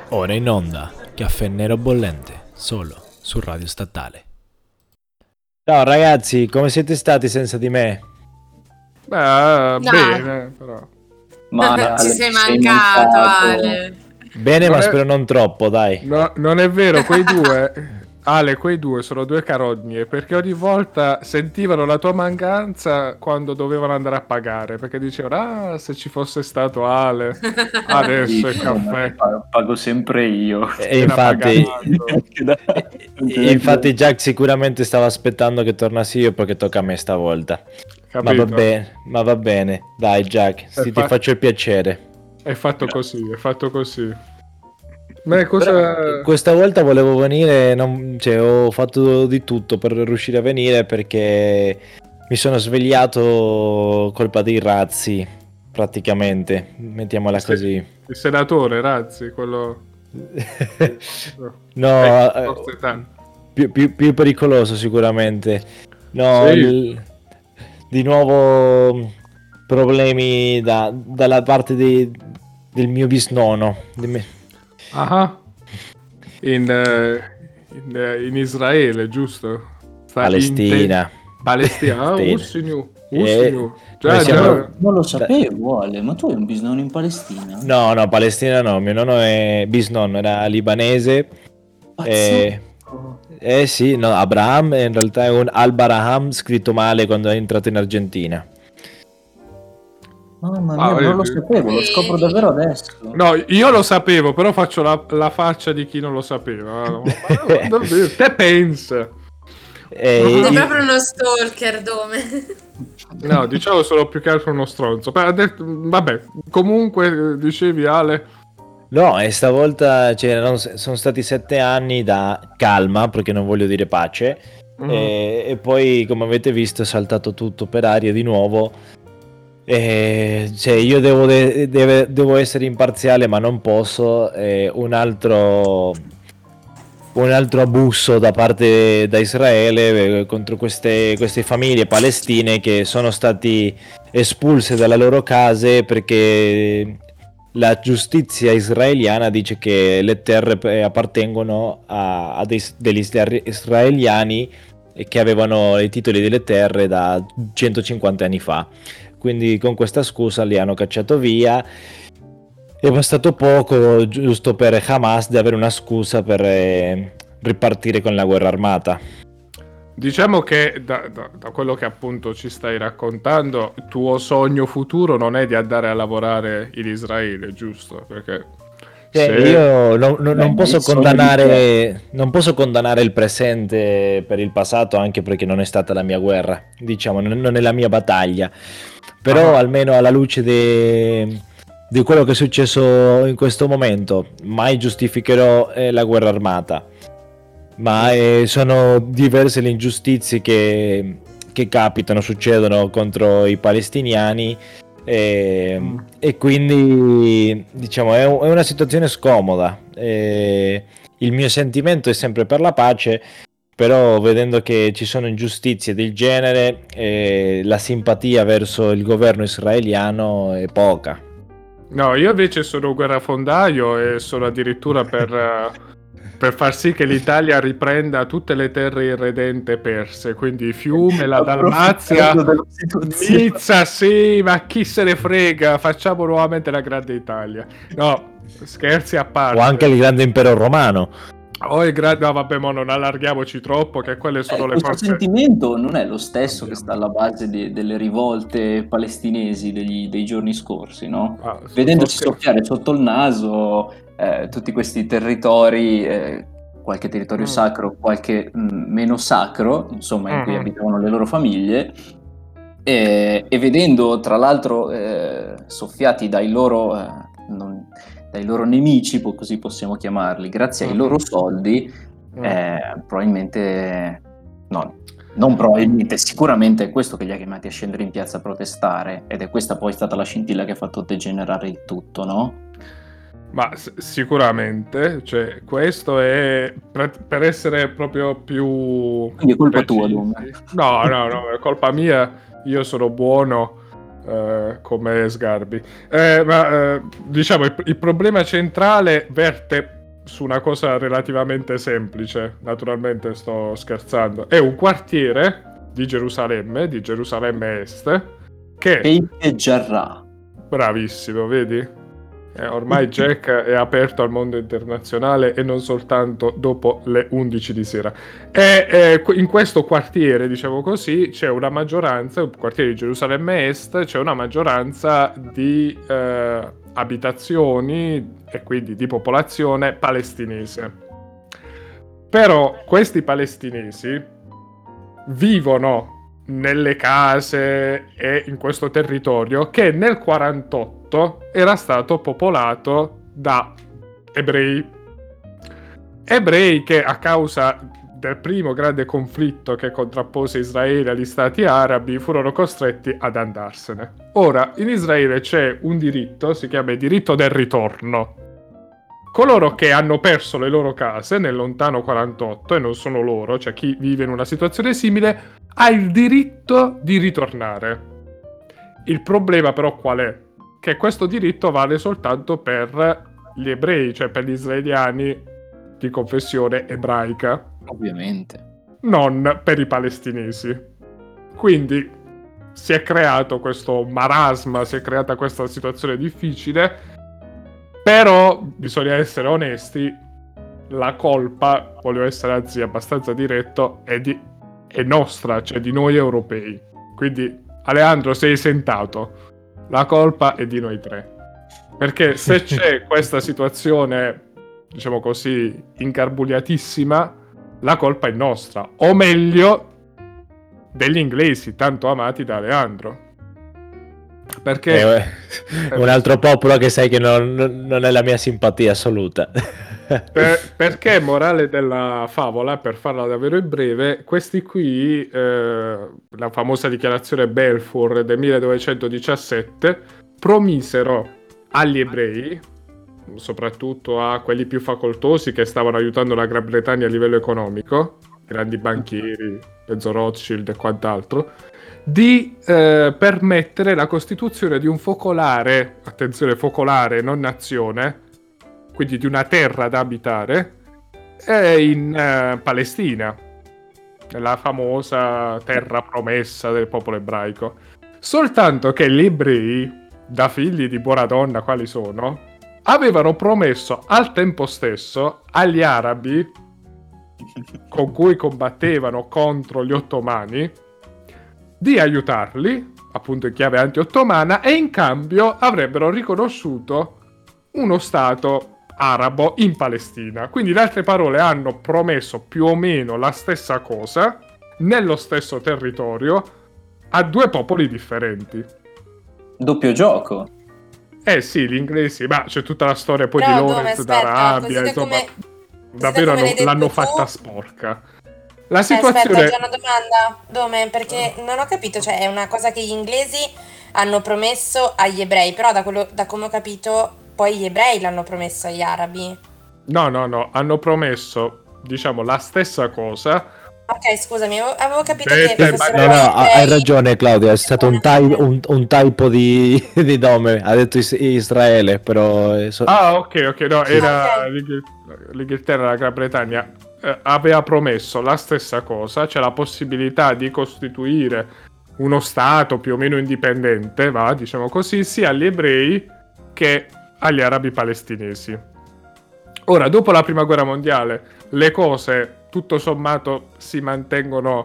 Ora in onda, caffè nero bollente, solo su Radio Statale. Ciao ragazzi, come siete stati senza di me? Beh, No. bene, però. Ma Ci Ale, sei sei mancato, mancato. Ale. Bene, Non ma è- spero non troppo, dai. No, non è vero, quei due, Ale, quei due sono due carogne, perché ogni volta sentivano la tua mancanza quando dovevano andare a pagare, perché dicevano, se ci fosse stato Ale, adesso il caffè Pago sempre io. E era infatti, pagato. infatti Jack sicuramente stava aspettando che tornassi io perché tocca a me stavolta. Capito? Ma va bene, dai Jack, ti faccio il piacere. È fatto così, è fatto così. Ma cosa... Questa volta volevo venire, cioè, ho fatto di tutto per riuscire a venire perché mi sono svegliato colpa dei razzi, praticamente, mettiamola così. Il senatore Razzi, quello... No, forse tanto. più pericoloso sicuramente. No, Sì. di nuovo problemi dalla parte del mio bisnonno. Ah, in Israele, giusto? Palestina. Palestina, Palestina. Ussinu. Noi siamo- Non lo sapevo, Ale, ma tu hai un bisnonno in Palestina? No, Palestina no, mio nonno è bisnonno, era libanese. Pazzesco. Sì, no, Abraham in realtà è un Al-Baraham scritto male quando è entrato in Argentina. Mamma mia, non lo sapevo, lo scopro davvero adesso. No, io lo sapevo, però faccio la faccia di chi non lo sapeva. Ma davvero, te pensa. Sei proprio uno stalker, Dome. No, diciamo solo più che altro uno stronzo. Vabbè, comunque dicevi Ale. No, e stavolta sono stati 7 anni da calma, perché non voglio dire pace, e poi come avete visto è saltato tutto per aria di nuovo. Cioè, io devo essere imparziale, ma non posso. Un altro abuso da parte da Israele contro queste famiglie palestine che sono stati espulse dalle loro case perché la giustizia israeliana dice che le terre appartengono a degli israeliani che avevano i titoli delle terre da 150 anni fa. Quindi con questa scusa li hanno cacciato via. È bastato poco, giusto per Hamas, di avere una scusa per ripartire con la guerra armata. Diciamo che da quello che appunto ci stai raccontando, il tuo sogno futuro non è di andare a lavorare in Israele, giusto? Perché io non posso condannare il presente per il passato, anche perché non è stata la mia guerra, diciamo, non è la mia battaglia. Però almeno alla luce di quello che è successo in questo momento, mai giustificherò la guerra armata. Ma sono diverse le ingiustizie che capitano, succedono contro i palestiniani e quindi diciamo è una situazione scomoda. Il mio sentimento è sempre per la pace, però vedendo che ci sono ingiustizie del genere la simpatia verso il governo israeliano è poca. No, io invece sono guerrafondaio e sono addirittura per far sì che l'Italia riprenda tutte le terre irredente perse, quindi Fiume, la Dalmazia, Nizza, sì, ma chi se ne frega, facciamo nuovamente la grande Italia. No, scherzi a parte. O anche il grande impero romano. No, vabbè, ma non allarghiamoci troppo, che quelle sono le questo forze... sentimento non è lo stesso che sta alla base delle rivolte palestinesi dei giorni scorsi, no? Vedendoci soffiare sotto il naso tutti questi territori, qualche territorio sacro, qualche meno sacro, insomma, in cui abitavano le loro famiglie, e vedendo tra l'altro soffiati dai loro nemici, così possiamo chiamarli, grazie ai loro soldi, probabilmente no, non probabilmente, sicuramente è questo che li ha chiamati a scendere in piazza a protestare, ed è questa poi stata la scintilla che ha fatto degenerare il tutto, no? Ma sicuramente, cioè, questo è per essere proprio più... Quindi è colpa tua, Dome. No, è colpa mia, io sono buono come Sgarbi. Ma diciamo, il problema centrale verte su una cosa relativamente semplice, naturalmente sto scherzando. È un quartiere di Gerusalemme Est, che... Beit Jarrah. Bravissimo, vedi? Ormai Jack è aperto al mondo internazionale e non soltanto dopo le 11 di sera. E in questo quartiere, diciamo così, c'è una maggioranza, il quartiere di Gerusalemme Est, c'è una maggioranza di abitazioni e quindi di popolazione palestinese. Però questi palestinesi vivono nelle case e in questo territorio che nel 48 era stato popolato da ebrei che a causa del primo grande conflitto che contrappose Israele agli stati arabi furono costretti ad andarsene. Ora in Israele c'è un diritto, si chiama il diritto del ritorno. Coloro che hanno perso le loro case nel lontano 48, e non sono loro, cioè chi vive in una situazione simile, ha il diritto di ritornare. Il problema però qual è? Che questo diritto vale soltanto per gli ebrei, cioè per gli israeliani di confessione ebraica. Ovviamente. Non per i palestinesi. Quindi si è creato questo marasma, si è creata questa situazione difficile, però bisogna essere onesti, la colpa, voglio essere anzi abbastanza diretto, è nostra, cioè di noi europei. Quindi Alejandro, sei esentato, la colpa è di noi tre, perché se c'è questa situazione, diciamo così, incarbugliatissima, la colpa è nostra, o meglio degli inglesi tanto amati da Alejandro, perché un altro popolo che sai che non è la mia simpatia assoluta. Perché morale della favola, per farla davvero breve, questi qui, la famosa dichiarazione Balfour del 1917, promisero agli ebrei, soprattutto a quelli più facoltosi che stavano aiutando la Gran Bretagna a livello economico, grandi banchieri, Enzo Rothschild e quant'altro, di permettere la costituzione di un focolare, attenzione, focolare, non nazione, quindi di una terra da abitare, in Palestina, la famosa terra promessa del popolo ebraico. Soltanto che gli ebrei, da figli di buona donna quali sono, avevano promesso al tempo stesso agli arabi con cui combattevano contro gli ottomani di aiutarli, appunto in chiave anti-ottomana, e in cambio avrebbero riconosciuto uno stato arabo in Palestina. Quindi in altre parole hanno promesso più o meno la stessa cosa nello stesso territorio a due popoli differenti. Doppio gioco. Eh sì, gli inglesi, ma c'è tutta la storia poi di Lawrence d'Arabia, insomma, davvero l'hanno fatta sporca. La situazione... Aspetta, c'è una domanda, Dome, perché non ho capito, cioè è una cosa che gli inglesi hanno promesso agli ebrei, però da come ho capito poi gli ebrei l'hanno promesso agli arabi. No, hanno promesso, diciamo, la stessa cosa. Ok, scusami, avevo capito hai ragione Claudia, è stato un typo di Dome, ha detto Israele, però... ok, no, era l'Inghilterra, la Gran Bretagna, aveva promesso la stessa cosa, c'è la possibilità di costituire uno stato più o meno indipendente, diciamo così, sia agli ebrei che agli arabi palestinesi. Ora, dopo la prima guerra mondiale, le cose tutto sommato si mantiene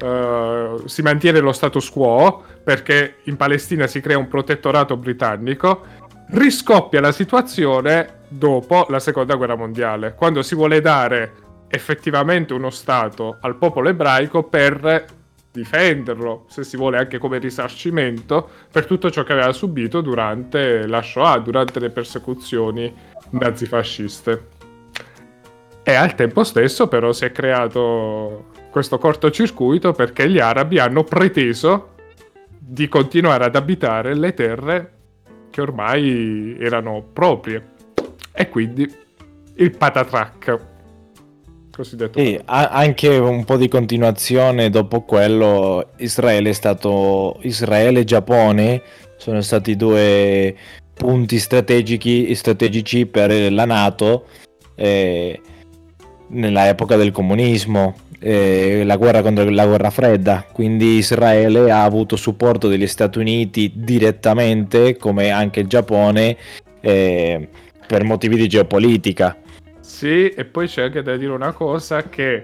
lo status quo, perché in Palestina si crea un protettorato britannico. Riscoppia la situazione dopo la seconda guerra mondiale, quando si vuole dare effettivamente uno stato al popolo ebraico per difenderlo, se si vuole anche come risarcimento, per tutto ciò che aveva subito durante la Shoah, durante le persecuzioni nazifasciste. E al tempo stesso però si è creato questo cortocircuito perché gli arabi hanno preteso di continuare ad abitare le terre che ormai erano proprie, e quindi il patatrac cosiddetto. Sì, anche un po' di continuazione dopo quello. Israele e Giappone sono stati due punti strategici per la NATO, nella epoca del comunismo, la guerra contro la guerra fredda, quindi Israele ha avuto supporto degli Stati Uniti direttamente, come anche il Giappone, per motivi di geopolitica. Sì, e poi c'è anche da dire una cosa, che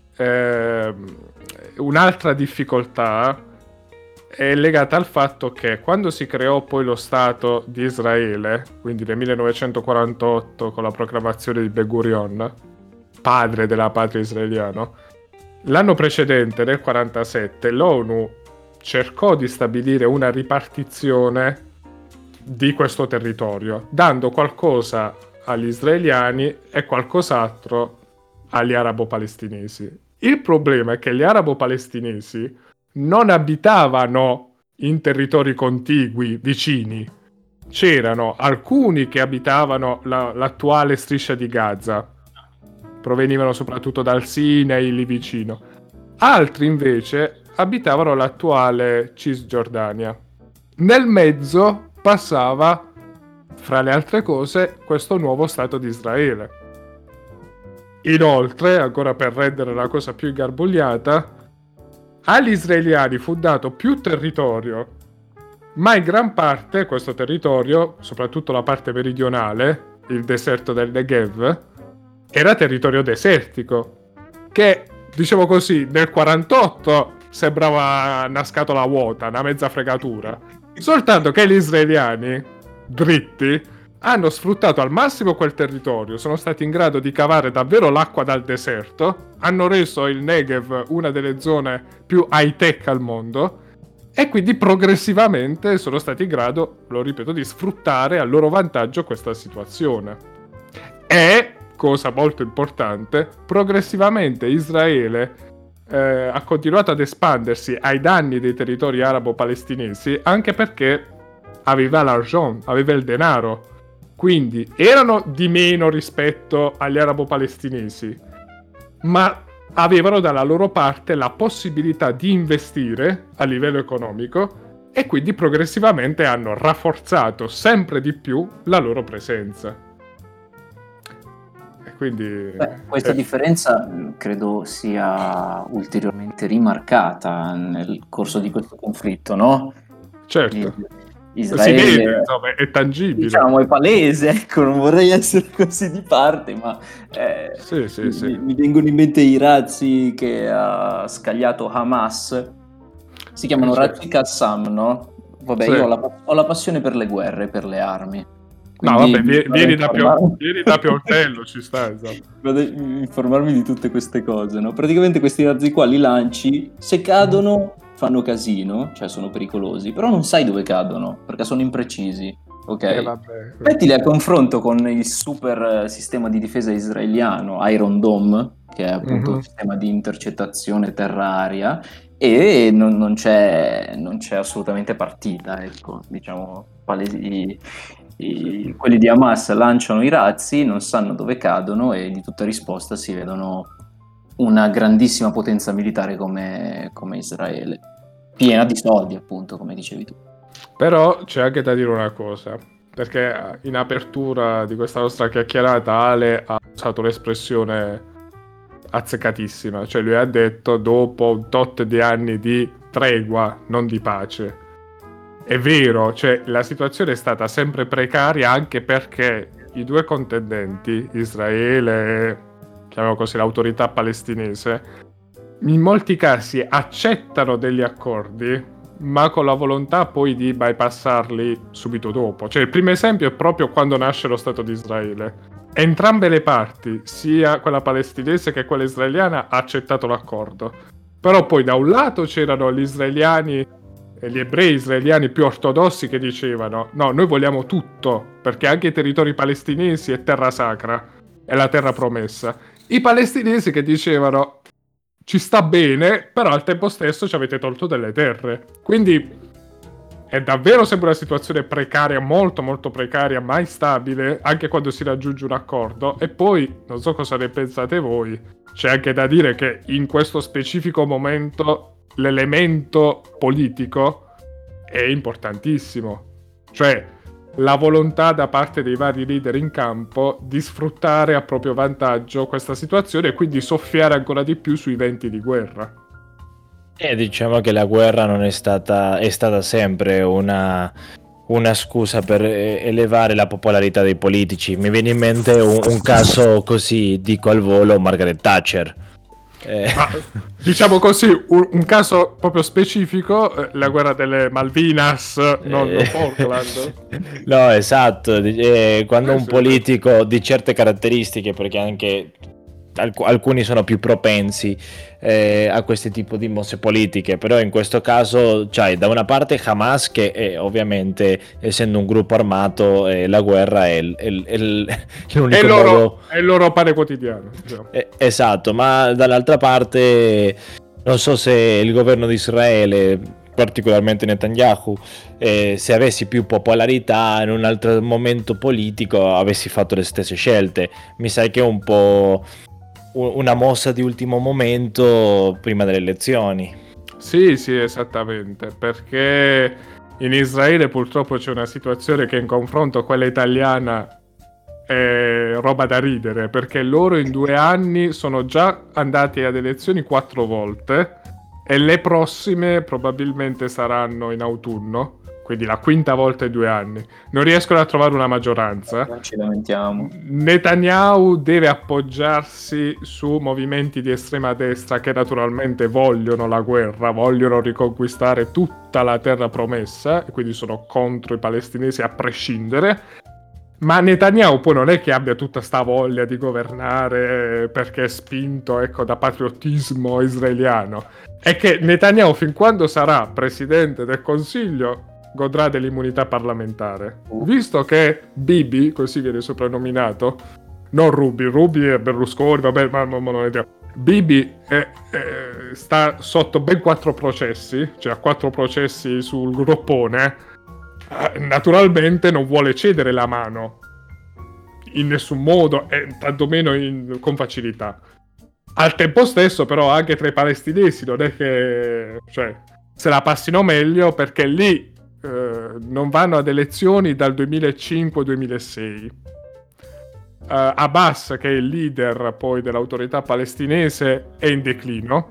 un'altra difficoltà è legata al fatto che quando si creò poi lo Stato di Israele, quindi nel 1948 con la proclamazione di Ben Gurion, padre della patria israeliana, l'anno precedente, nel 1947, l'ONU cercò di stabilire una ripartizione di questo territorio, dando qualcosa agli israeliani e qualcos'altro agli arabo-palestinesi. Il problema è che gli arabo-palestinesi non abitavano in territori contigui, vicini. C'erano alcuni che abitavano l'attuale striscia di Gaza, provenivano soprattutto dal Sinai, lì vicino. Altri invece abitavano l'attuale Cisgiordania. Nel mezzo passava, fra le altre cose, questo nuovo Stato di Israele. Inoltre, ancora per rendere la cosa più ingarbugliata, agli israeliani fu dato più territorio, ma in gran parte questo territorio, soprattutto la parte meridionale, il deserto del Negev, era territorio desertico, che, diciamo così, nel 48 sembrava una scatola vuota, una mezza fregatura. Soltanto che gli israeliani, dritti, hanno sfruttato al massimo quel territorio, sono stati in grado di cavare davvero l'acqua dal deserto, hanno reso il Negev una delle zone più high-tech al mondo, e quindi progressivamente sono stati in grado, lo ripeto, di sfruttare a loro vantaggio questa situazione. E, cosa molto importante, progressivamente Israele ha continuato ad espandersi ai danni dei territori arabo-palestinesi, anche perché aveva l'argent, aveva il denaro. Quindi erano di meno rispetto agli arabo-palestinesi, ma avevano dalla loro parte la possibilità di investire a livello economico, e quindi progressivamente hanno rafforzato sempre di più la loro presenza. E quindi questa differenza credo sia ulteriormente rimarcata nel corso di questo conflitto, no? Certo. Israele, si vede, insomma, è tangibile. Diciamo, è palese, ecco, non vorrei essere così di parte, ma sì. Mi vengono in mente i razzi che ha scagliato Hamas, si chiamano razzi Qassam, no? Vabbè, io ho la passione per le guerre, per le armi. No, vabbè, vieni da Pioltello, ci sta, esatto. Vado a informarmi di tutte queste cose, no? Praticamente questi razzi qua li lanci, se cadono fanno casino, cioè sono pericolosi, però non sai dove cadono, perché sono imprecisi, ok? Mettili a confronto con il super sistema di difesa israeliano, Iron Dome, che è appunto un sistema di intercettazione terra-aria, e non c'è assolutamente partita, ecco, diciamo, quelli di Hamas lanciano i razzi, non sanno dove cadono, e di tutta risposta si vedono una grandissima potenza militare come Israele, piena di soldi, appunto, come dicevi tu. Però c'è anche da dire una cosa, perché in apertura di questa nostra chiacchierata Ale ha usato l'espressione azzeccatissima, cioè lui ha detto dopo un tot di anni di tregua, non di pace. È vero, cioè la situazione è stata sempre precaria, anche perché i due contendenti, Israele e, chiamiamo così, l'autorità palestinese, in molti casi accettano degli accordi, ma con la volontà poi di bypassarli subito dopo. Cioè il primo esempio è proprio quando nasce lo Stato di Israele. Entrambe le parti, sia quella palestinese che quella israeliana, ha accettato l'accordo. Però poi da un lato c'erano gli israeliani e gli ebrei israeliani più ortodossi che dicevano no, noi vogliamo tutto, perché anche i territori palestinesi è terra sacra, è la terra promessa. I palestinesi che dicevano ci sta bene, però al tempo stesso ci avete tolto delle terre. Quindi è davvero sempre una situazione precaria, molto molto precaria, mai stabile, anche quando si raggiunge un accordo. E poi, non so cosa ne pensate voi, c'è anche da dire che in questo specifico momento l'elemento politico è importantissimo. Cioè, la volontà da parte dei vari leader in campo di sfruttare a proprio vantaggio questa situazione e quindi soffiare ancora di più sui venti di guerra. E diciamo che la guerra non è stata sempre una scusa per elevare la popolarità dei politici. Mi viene in mente un caso così, dico al volo, Margaret Thatcher. Diciamo così, un caso proprio specifico, la guerra delle Malvinas, non Falkland. No, esatto, quando un politico di certe caratteristiche, perché anche alcuni sono più propensi a questi tipi di mosse politiche, però in questo caso c'hai da una parte Hamas che ovviamente, essendo un gruppo armato, la guerra è l'unico modo, è il loro pane quotidiano, diciamo. Esatto, ma dall'altra parte non so se il governo di Israele, particolarmente Netanyahu, se avessi più popolarità in un altro momento politico avessi fatto le stesse scelte. Mi sa che è un po' una mossa di ultimo momento prima delle elezioni. Sì, esattamente, perché in Israele purtroppo c'è una situazione che in confronto a quella italiana è roba da ridere, perché loro in 2 anni sono già andati ad elezioni 4 volte e le prossime probabilmente saranno in autunno, quindi la 5ª volta in 2 anni. Non riescono a trovare una maggioranza. Non ci lamentiamo. Netanyahu deve appoggiarsi su movimenti di estrema destra che naturalmente vogliono la guerra, vogliono riconquistare tutta la terra promessa, e quindi sono contro i palestinesi a prescindere. Ma Netanyahu poi non è che abbia tutta sta voglia di governare perché è spinto, ecco, da patriottismo israeliano. È che Netanyahu, fin quando sarà presidente del Consiglio, godrà dell'immunità parlamentare. Visto che Bibi, così viene soprannominato, non Ruby è Berlusconi, vabbè, ma non è vero. Bibi sta sotto ben 4 processi, cioè ha 4 processi sul groppone, naturalmente non vuole cedere la mano in nessun modo, e tantomeno con facilità. Al tempo stesso, però, anche tra i palestinesi non è che, cioè, se la passino meglio, perché lì non vanno ad elezioni dal 2005-2006. Abbas, che è il leader poi dell'autorità palestinese, è in declino,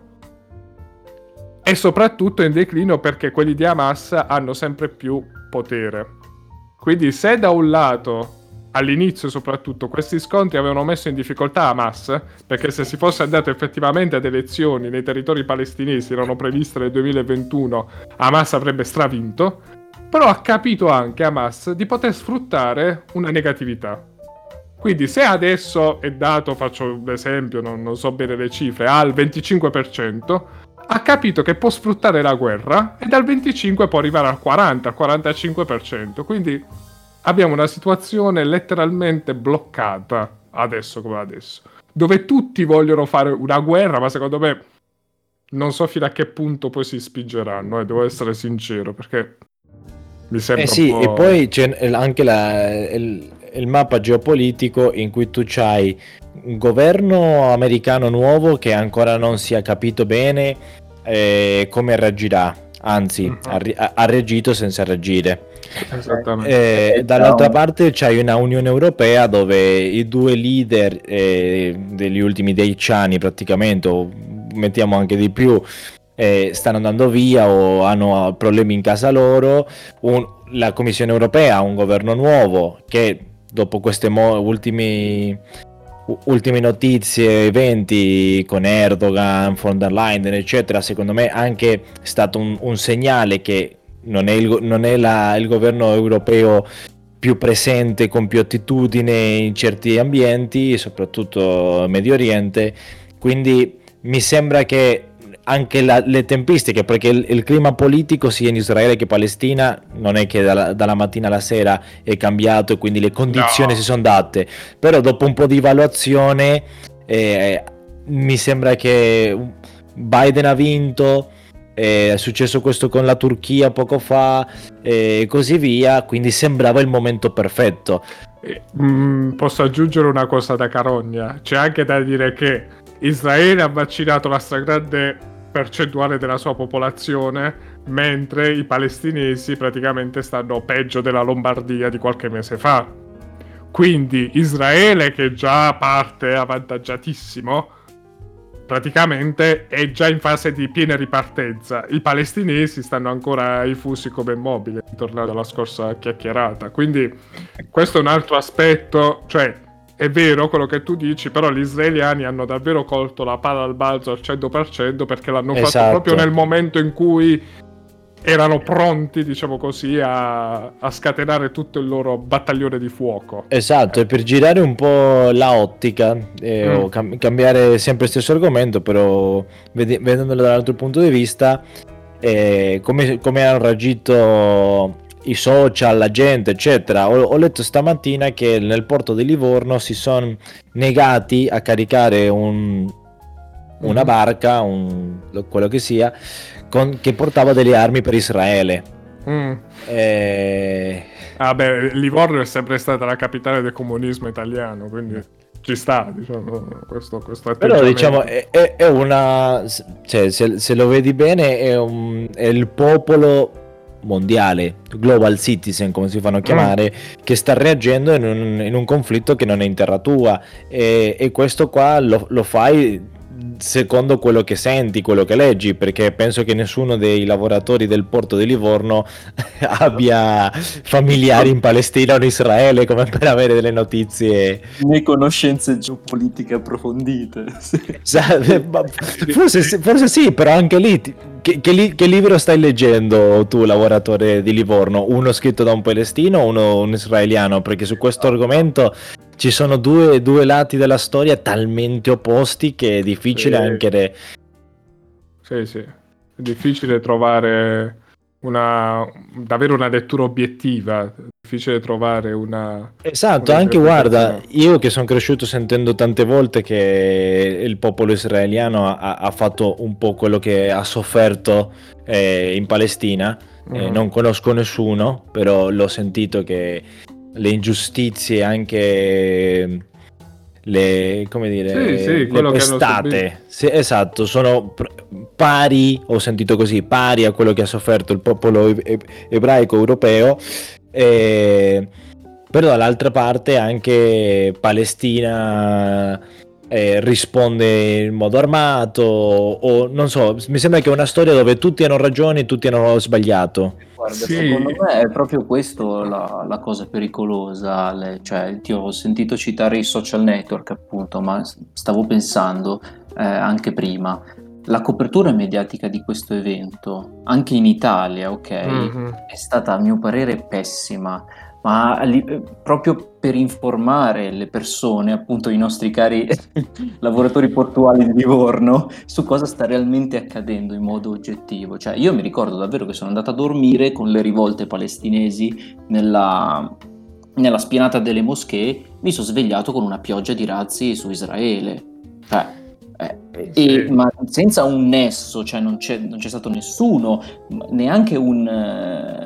e soprattutto è in declino perché quelli di Hamas hanno sempre più potere. Quindi se da un lato, all'inizio soprattutto, questi scontri avevano messo in difficoltà Hamas, perché se si fosse andato effettivamente ad elezioni nei territori palestinesi, erano previste nel 2021, Hamas avrebbe stravinto, però ha capito anche Hamas di poter sfruttare una negatività. Quindi se adesso è dato, faccio l'esempio, non so bene le cifre, al 25%, ha capito che può sfruttare la guerra e dal 25% può arrivare al 40-45%. Quindi abbiamo una situazione letteralmente bloccata, adesso come adesso, dove tutti vogliono fare una guerra, ma secondo me non so fino a che punto poi si spingeranno, devo essere sincero, perché mi sembra sì, un po'... e poi c'è anche il mappa geopolitico in cui tu c'hai un governo americano nuovo che ancora non si è capito bene come reagirà, anzi ha reagito senza reagire. Esattamente. Dall'altra parte c'hai una Unione Europea dove i 2 leader degli ultimi 10 anni praticamente, o mettiamo anche di più, stanno andando via o hanno problemi in casa loro. La Commissione Europea ha un governo nuovo che dopo queste ultime notizie, eventi con Erdogan, von der Leyen eccetera, secondo me anche è stato un segnale che non è il governo europeo più presente, con più attitudine in certi ambienti, soprattutto Medio Oriente. Quindi mi sembra che anche le tempistiche, perché il clima politico sia in Israele che Palestina non è che dalla mattina alla sera è cambiato e quindi le condizioni si sono date, però dopo un po' di evaluazione mi sembra che Biden ha vinto, è successo questo con la Turchia poco fa e così via, quindi sembrava il momento perfetto. Posso aggiungere una cosa da carogna? C'è anche da dire che Israele ha vaccinato la stragrande percentuale della sua popolazione, mentre i palestinesi praticamente stanno peggio della Lombardia di qualche mese fa. Quindi Israele, che già parte avvantaggiatissimo, praticamente è già in fase di piena ripartenza. I palestinesi stanno ancora ai fusi come mobili, tornando alla scorsa chiacchierata. Quindi questo è un altro aspetto, cioè è vero quello che tu dici, però gli israeliani hanno davvero colto la palla al balzo al 100%, perché l'hanno fatto proprio nel momento in cui erano pronti, diciamo così, a scatenare tutto il loro battaglione di fuoco. Esatto, e per girare un po' la ottica, o cambiare sempre lo stesso argomento, però vedendolo dall'altro punto di vista, come hanno reagito i social, la gente, eccetera. Ho letto stamattina che nel porto di Livorno si sono negati a caricare una barca, quello che sia, che portava delle armi per Israele. Livorno è sempre stata la capitale del comunismo italiano, quindi ci sta, diciamo, questo però diciamo è una, cioè, se lo vedi bene è il popolo mondiale, global citizen come si fanno chiamare, che sta reagendo in un conflitto che non è in terra tua, e questo qua lo fai secondo quello che senti, quello che leggi, perché penso che nessuno dei lavoratori del porto di Livorno abbia familiari in Palestina o in Israele come per avere delle notizie, né conoscenze geopolitiche approfondite. forse sì, però anche lì che libro stai leggendo tu, lavoratore di Livorno? Uno scritto da un palestino o un israeliano? Perché su questo argomento ci sono due lati della storia talmente opposti che è difficile anche Sì, è difficile trovare davvero una lettura obiettiva, è difficile trovare una... Esatto, anche guarda, io che sono cresciuto sentendo tante volte che il popolo israeliano ha fatto un po' quello che ha sofferto in Palestina, non conosco nessuno, però l'ho sentito che le ingiustizie, anche le pestate, esatto, sono pari, ho sentito così, pari a quello che ha sofferto il popolo ebraico europeo, però dall'altra parte anche Palestina risponde in modo armato, o non so, mi sembra che è una storia dove tutti hanno ragione e tutti hanno sbagliato. Guarda, secondo me è proprio questo la cosa pericolosa, cioè ti ho sentito citare i social network appunto, ma stavo pensando anche prima, la copertura mediatica di questo evento, anche in Italia, è stata a mio parere pessima, ma proprio per informare le persone, appunto i nostri cari lavoratori portuali di Livorno, su cosa sta realmente accadendo in modo oggettivo. Cioè, io mi ricordo davvero che sono andato a dormire con le rivolte palestinesi nella spianata delle moschee, mi sono svegliato con una pioggia di razzi su Israele. Cioè, ma senza un nesso, cioè non c'è stato nessuno, neanche una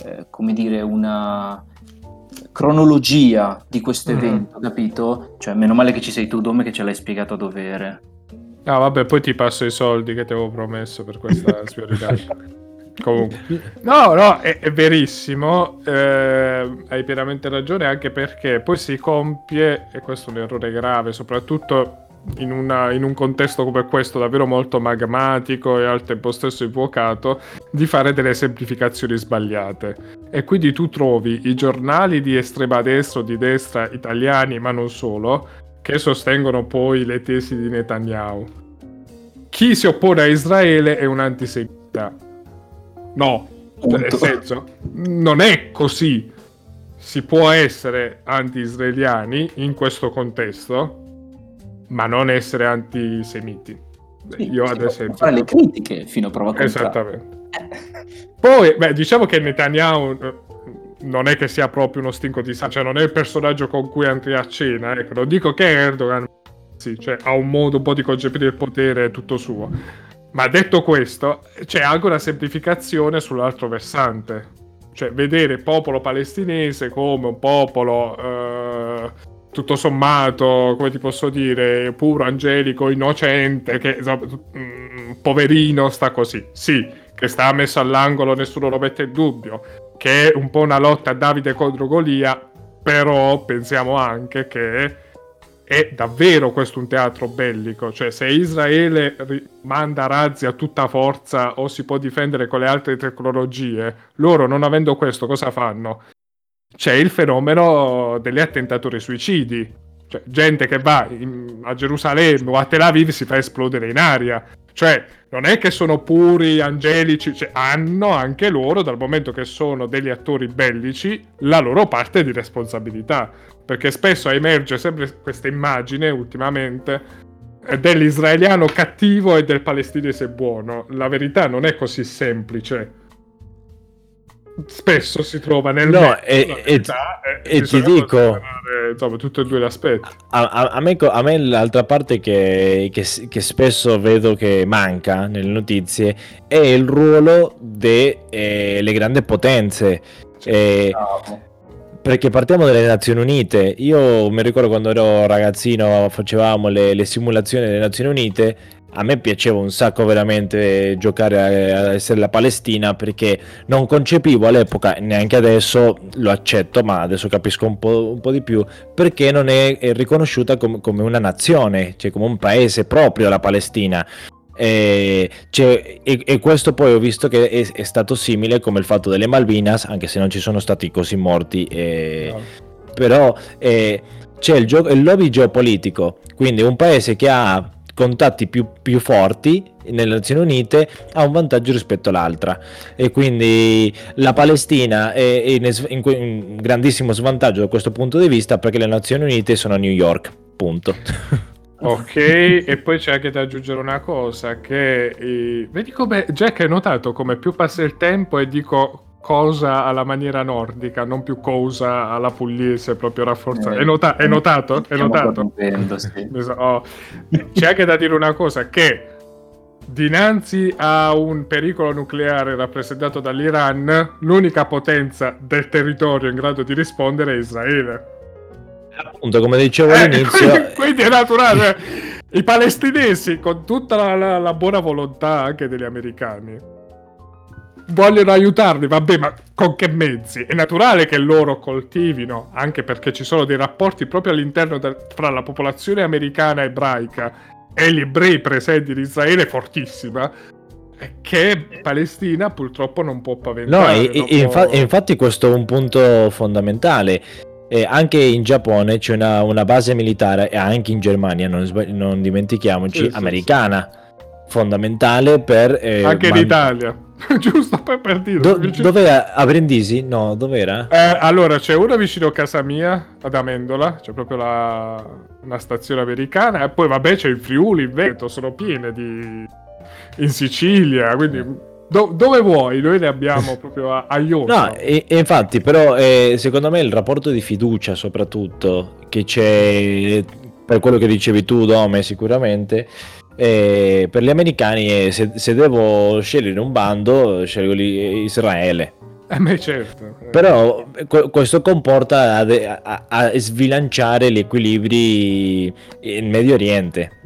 cronologia di questo evento, capito? Cioè, meno male che ci sei tu, Dome, che ce l'hai spiegato a dovere. Ah, vabbè, poi ti passo i soldi che ti avevo promesso per questa sfiorità. Comunque, no, è verissimo, hai pienamente ragione, anche perché poi si compie, e questo è un errore grave, soprattutto in un contesto come questo davvero molto magmatico e al tempo stesso infuocato, di fare delle semplificazioni sbagliate. E quindi tu trovi i giornali di estrema destra o di destra italiani, ma non solo, che sostengono poi le tesi di Netanyahu. Chi si oppone a Israele è un antisemita. No, nel senso, non è così. Si può essere anti-israeliani in questo contesto, ma non essere antisemiti. Sì, io ad esempio fare le critiche fino a prova contraria. Esattamente. Poi diciamo che Netanyahu non è che sia proprio uno stinco di sangue, cioè non è il personaggio con cui andrei a cena, ecco. Lo dico che Erdogan sì, cioè, ha un modo un po' di concepire il potere tutto suo, ma detto questo c'è anche una semplificazione sull'altro versante, cioè vedere il popolo palestinese come un popolo tutto sommato, come ti posso dire, puro, angelico, innocente, che poverino sta così. Sì, che sta messo all'angolo, nessuno lo mette in dubbio, che è un po' una lotta a Davide contro Golia, però pensiamo anche che è davvero questo un teatro bellico, cioè se Israele manda razzi a tutta forza o si può difendere con le altre tecnologie, loro non avendo questo cosa fanno? C'è il fenomeno degli attentatori suicidi, cioè gente che va a Gerusalemme o a Tel Aviv si fa esplodere in aria, cioè non è che sono puri, angelici, cioè, hanno anche loro, dal momento che sono degli attori bellici, la loro parte di responsabilità, perché spesso emerge sempre questa immagine ultimamente dell'israeliano cattivo e del palestinese buono. La verità non è così semplice. Spesso si trova nel e ti dico, insomma, tutti e due gli aspetti. A me l'altra parte che spesso vedo che manca nelle notizie è il ruolo delle grandi potenze. Perché partiamo dalle Nazioni Unite. Io mi ricordo quando ero ragazzino, facevamo le simulazioni delle Nazioni Unite. A me piaceva un sacco veramente giocare a essere la Palestina, perché non concepivo all'epoca, neanche adesso lo accetto, ma adesso capisco un po' di più, perché non è riconosciuta come una nazione, cioè come un paese proprio la Palestina. E questo poi ho visto che è stato simile come il fatto delle Malvinas, anche se non ci sono stati così morti, però c'è il lobby geopolitico, quindi un paese che ha contatti più forti nelle Nazioni Unite ha un vantaggio rispetto all'altra, e quindi la Palestina è in un grandissimo svantaggio da questo punto di vista, perché le Nazioni Unite sono a New York, punto. Ok, e poi c'è anche da aggiungere una cosa, che vedi come Jack, hai notato come più passa il tempo e dico cosa alla maniera nordica, non più cosa alla pugliese, proprio rafforzata. Hai notato? Hai notato? Sì. C'è anche da dire una cosa, che dinanzi a un pericolo nucleare rappresentato dall'Iran, l'unica potenza del territorio in grado di rispondere è Israele. Appunto, come dicevo all'inizio, quindi è naturale. I palestinesi, con tutta la buona volontà anche degli americani, vogliono aiutarli, vabbè, ma con che mezzi? È naturale che loro coltivino, anche perché ci sono dei rapporti proprio all'interno fra la popolazione americana ebraica e gli ebrei presenti in Israele fortissima, che Palestina purtroppo non può paventare. No, infatti questo è un punto fondamentale. Anche in Giappone c'è una base militare, e anche in Germania, non dimentichiamoci, americana, fondamentale per anche in Italia. Giusto per dire. Dov'era? A Brindisi? No, dov'era? Allora, c'è una vicino a casa mia, ad Amendola, c'è proprio una stazione americana, e poi vabbè c'è in Friuli, in Veneto, sono piene in Sicilia, quindi dove vuoi, noi ne abbiamo proprio a iosa. No, e infatti, però secondo me il rapporto di fiducia soprattutto che c'è, per quello che dicevi tu, Dome, sicuramente, per gli americani se devo scegliere un bando, scelgo Israele. Certo. Però questo comporta a sbilanciare gli equilibri in Medio Oriente,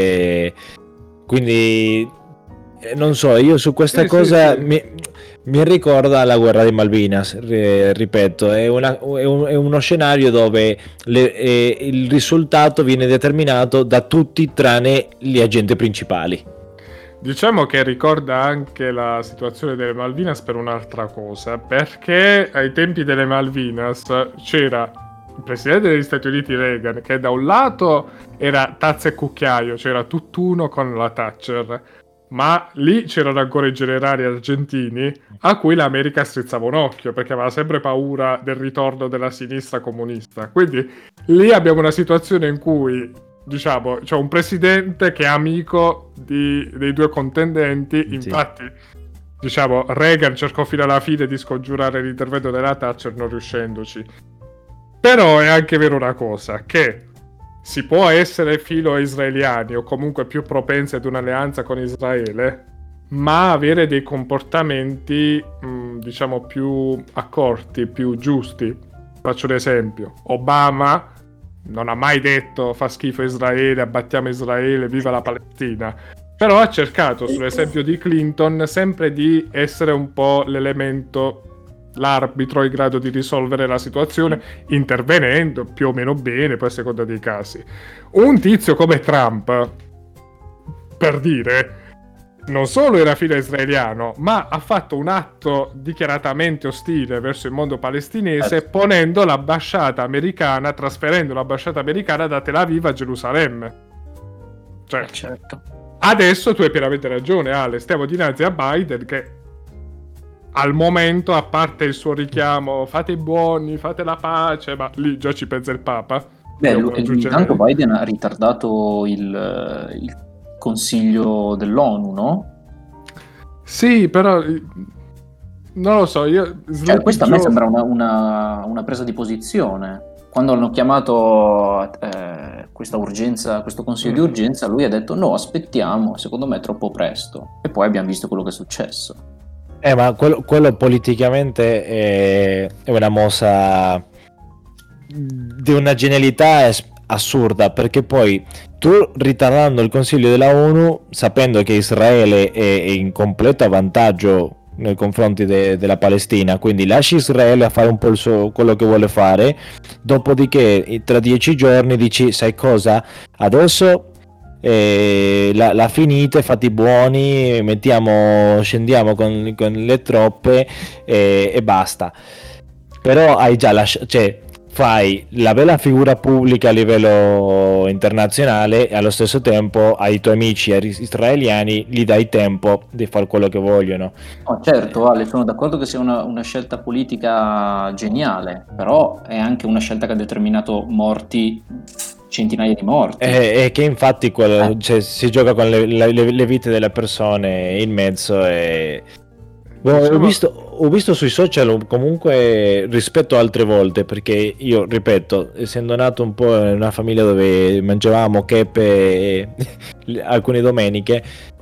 quindi non so, io su questa cosa sì. Mi ricorda la guerra di Malvinas, ripeto, è uno scenario dove il risultato viene determinato da tutti tranne gli agenti principali. Diciamo che ricorda anche la situazione delle Malvinas per un'altra cosa, perché ai tempi delle Malvinas c'era il presidente degli Stati Uniti Reagan, che da un lato era tazza e cucchiaio, c'era tutt'uno con la Thatcher, ma lì c'erano ancora i generali argentini a cui l'America strizzava un occhio, perché aveva sempre paura del ritorno della sinistra comunista. Quindi lì abbiamo una situazione in cui, diciamo, c'è un presidente che è amico dei due contendenti. Infatti, diciamo, Reagan cercò fino alla fine di scongiurare l'intervento della Thatcher, non riuscendoci. Però è anche vero una cosa, che si può essere filo israeliani o comunque più propensi ad un'alleanza con Israele, ma avere dei comportamenti, diciamo, più accorti, più giusti. Faccio un esempio. Obama non ha mai detto fa schifo Israele, abbattiamo Israele, viva la Palestina. Però ha cercato, sull'esempio di Clinton, sempre di essere un po' l'arbitro in grado di risolvere la situazione, intervenendo più o meno bene, poi a seconda dei casi. Un tizio come Trump, per dire, non solo era filo israeliano, ma ha fatto un atto dichiaratamente ostile verso il mondo palestinese, ponendo l'ambasciata americana, trasferendo l'ambasciata americana da Tel Aviv a Gerusalemme. Cioè, certo. Adesso tu hai pienamente ragione, Ale, stiamo dinanzi a Biden che al momento, a parte il suo richiamo fate i buoni, fate la pace, ma lì già ci pensa il Papa. Intanto Biden ha ritardato il Consiglio dell'ONU, no? Sì, però non lo so, questa a me sembra una presa di posizione. Quando hanno chiamato questa urgenza, questo consiglio di urgenza, lui ha detto no, aspettiamo, secondo me è troppo presto. E poi abbiamo visto quello che è successo. Ma quello politicamente è una mossa di una genialità assurda, perché poi tu, ritardando il Consiglio della ONU, sapendo che Israele è in completo vantaggio nei confronti della Palestina, quindi lasci Israele a fare un po' quello che vuole fare, dopodiché tra 10 giorni dici sai cosa, adesso la finite, fate i buoni, scendiamo con le troppe e basta. Però hai già fai la bella figura pubblica a livello internazionale e allo stesso tempo ai tuoi amici israeliani gli dai tempo di fare quello che vogliono. Certo, Ale, sono d'accordo che sia una scelta politica geniale, però è anche una scelta che ha determinato centinaia di morti. E che infatti si gioca con le vite delle persone in mezzo e... Ho visto sui social comunque rispetto a altre volte, perché io ripeto, essendo nato un po' in una famiglia dove mangiavamo chepe alcune domeniche,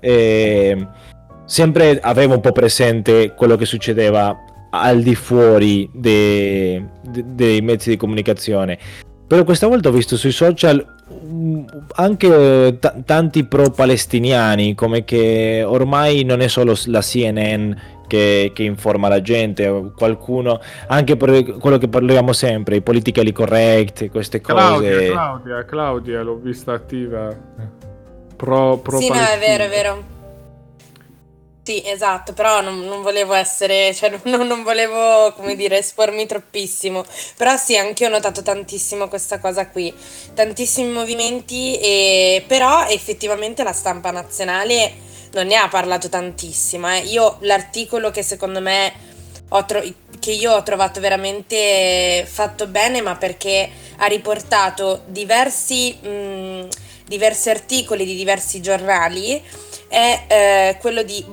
sempre avevo un po' presente quello che succedeva al di fuori dei mezzi di comunicazione. Però questa volta ho visto sui social anche tanti pro-palestiniani, come che ormai non è solo la CNN che informa la gente, qualcuno, anche per quello che parliamo sempre, i politically correct, queste cose. Claudia l'ho vista attiva pro sì, no, è vero. Sì, esatto, però non volevo essere, cioè non volevo, come dire, espormi troppissimo. Però sì, anche io ho notato tantissimo questa cosa qui, tantissimi movimenti, però effettivamente la stampa nazionale non ne ha parlato tantissimo. Io l'articolo che secondo me che io ho trovato veramente fatto bene, ma perché ha riportato diversi articoli di diversi giornali, è quello di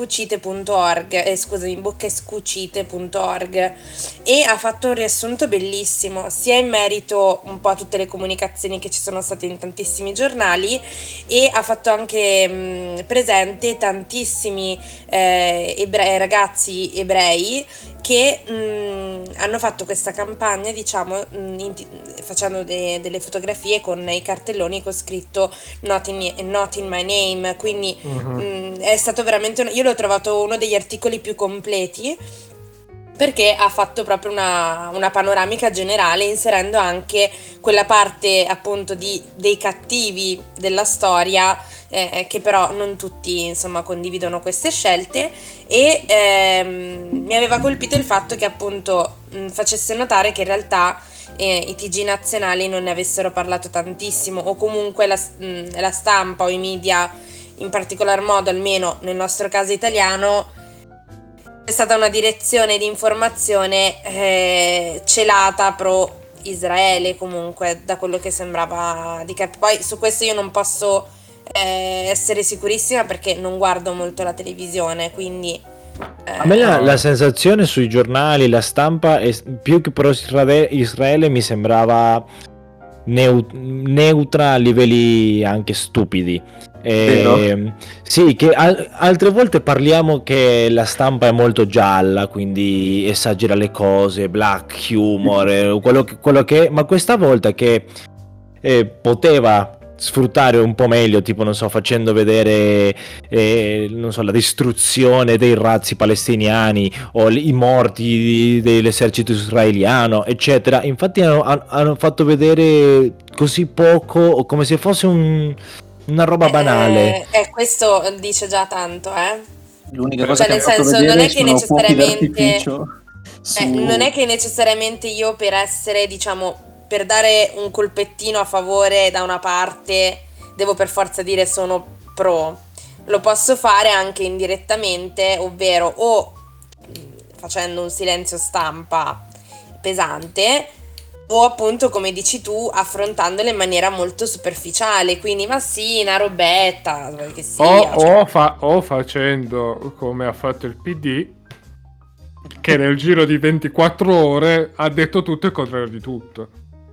boccescucite.org e ha fatto un riassunto bellissimo, sia in merito un po' a tutte le comunicazioni che ci sono state in tantissimi giornali, e ha fatto anche presente tantissimi ragazzi ebrei che hanno fatto questa campagna, diciamo, facendo delle fotografie con i cartelloni con scritto not in my name, quindi è stato veramente io l'ho trovato uno degli articoli più completi, perché ha fatto proprio una panoramica generale, inserendo anche quella parte appunto dei cattivi della storia, che però non tutti insomma condividono queste scelte, e mi aveva colpito il fatto che appunto facesse notare che in realtà i TG nazionali non ne avessero parlato tantissimo, o comunque la stampa o i media in particolar modo, almeno nel nostro caso italiano, è stata una direzione di informazione celata pro Israele, comunque, da quello che sembrava di capire. Poi su questo io non posso essere sicurissima, perché non guardo molto la televisione, quindi a me la sensazione sui giornali, la stampa, è più che pro Israele mi sembrava neutra a livelli anche stupidi. Sì, che altre volte parliamo che la stampa è molto gialla, quindi esagera le cose, black humor, quello che ma questa volta che poteva sfruttare un po' meglio, tipo non so, facendo vedere non so, la distruzione dei razzi palestiniani o i morti dell'esercito israeliano, eccetera. Infatti hanno fatto vedere così poco, come se fosse una roba banale. Questo dice già tanto, L'unica cosa cioè, che nel senso, non è che necessariamente su... non è che necessariamente io per essere, diciamo, per dare un colpettino a favore da una parte devo per forza dire sono pro. Lo posso fare anche indirettamente, ovvero o facendo un silenzio stampa pesante, o appunto, come dici tu, affrontandole in maniera molto superficiale, quindi ma sì, una robetta, che sia, o facendo come ha fatto il PD, che nel giro di 24 ore ha detto tutto e il contrario di tutto.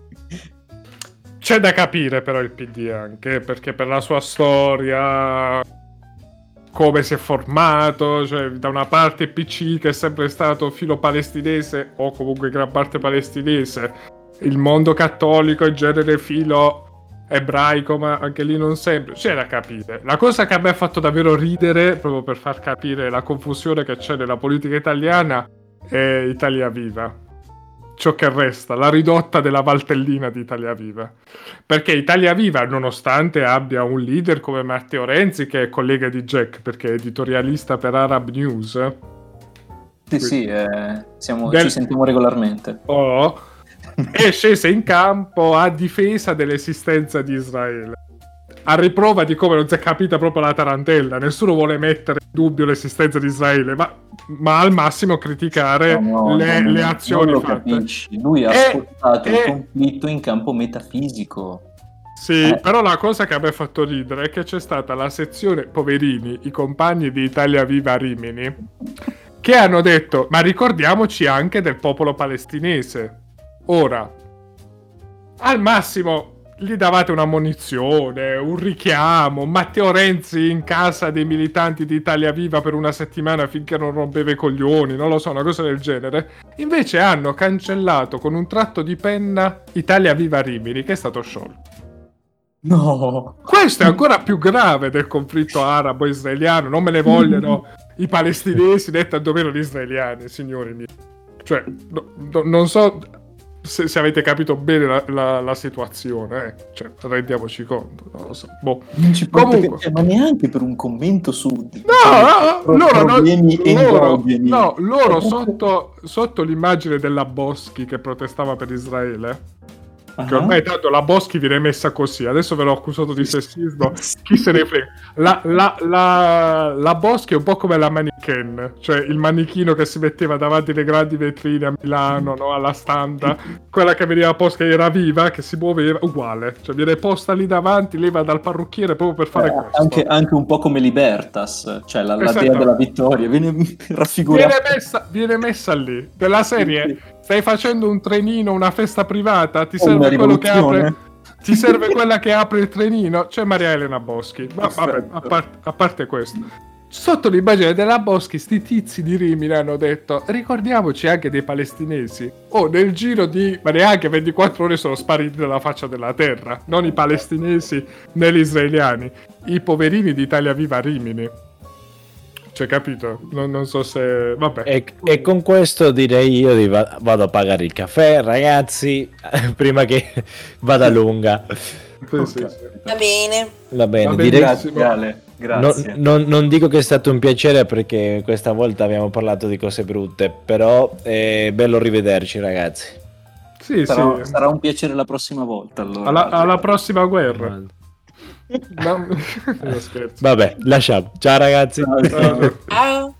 C'è da capire però il PD anche, perché per la sua storia, come si è formato, cioè da una parte il PC che è sempre stato filo palestinese o comunque in gran parte palestinese, il mondo cattolico in genere filo ebraico, ma anche lì non sempre, c'è da capire. La cosa che a me ha fatto davvero ridere, proprio per far capire la confusione che c'è nella politica italiana, è Italia Viva. Ciò che resta, la ridotta della Valtellina di Italia Viva. Perché Italia Viva, nonostante abbia un leader come Matteo Renzi, che è collega di Jack, perché è editorialista per Arab News. Sì, ci sentiamo regolarmente. È scesa in campo a difesa dell'esistenza di Israele. A riprova di come non si è capita proprio la tarantella. Nessuno vuole mettere in dubbio l'esistenza di Israele, ma al massimo criticare le azioni fatte. Capisci. Lui ha spostato il conflitto in campo metafisico. Sì, però la cosa che a me ha fatto ridere è che c'è stata la sezione poverini, i compagni di Italia Viva Rimini, che hanno detto, ma ricordiamoci anche del popolo palestinese. Ora, al massimo gli davate una munizione, un richiamo, Matteo Renzi in casa dei militanti di Italia Viva per una settimana finché non rompeva i coglioni, non lo so, una cosa del genere. Invece hanno cancellato con un tratto di penna Italia Viva Rimini, che è stato sciolto. No! Questo è ancora più grave del conflitto arabo-israeliano, non me ne vogliono i palestinesi detti a dovere gli israeliani, signori miei. Cioè, non so... Se avete capito bene la situazione, cioè, rendiamoci conto, non lo so. Boh. Non ci comunque... ma neanche per un commento su loro sotto l'immagine della Boschi che protestava per Israele, che ormai tanto la Boschi viene messa così, adesso ve l'ho accusato di sessismo, chi se ne frega. La Boschi è un po' come la mannequin, cioè il manichino che si metteva davanti alle grandi vetrine a Milano, no? Alla Standa, quella che veniva posta, che era viva, che si muoveva, uguale, cioè viene posta lì davanti, leva dal parrucchiere proprio per fare questo. Anche un po' come Libertas, cioè la dea della vittoria, viene raffigurata. Viene messa lì, della serie... Stai facendo un trenino, una festa privata, ti serve quello che apre. Ti serve quella che apre il trenino? C'è Maria Elena Boschi. Ma vabbè, a parte questo. Sotto l'immagine della Boschi, sti tizi di Rimini hanno detto: ricordiamoci anche dei palestinesi. Nel giro di ma neanche 24 ore sono spariti dalla faccia della terra. Non i palestinesi né gli israeliani. I poverini di Italia Viva Rimini. Cioè, capito? Non so se... Vabbè. E con questo direi io vado a pagare il caffè, ragazzi, prima che vada lunga. Sì. Va bene. Va bene, direi... Grazie. Non dico che è stato un piacere perché questa volta abbiamo parlato di cose brutte, però è bello rivederci, ragazzi. Sì. Sarà un piacere la prossima volta, allora. Alla prossima guerra. No, vabbè, lasciamo. Ciao ragazzi. Ciao. Ciao.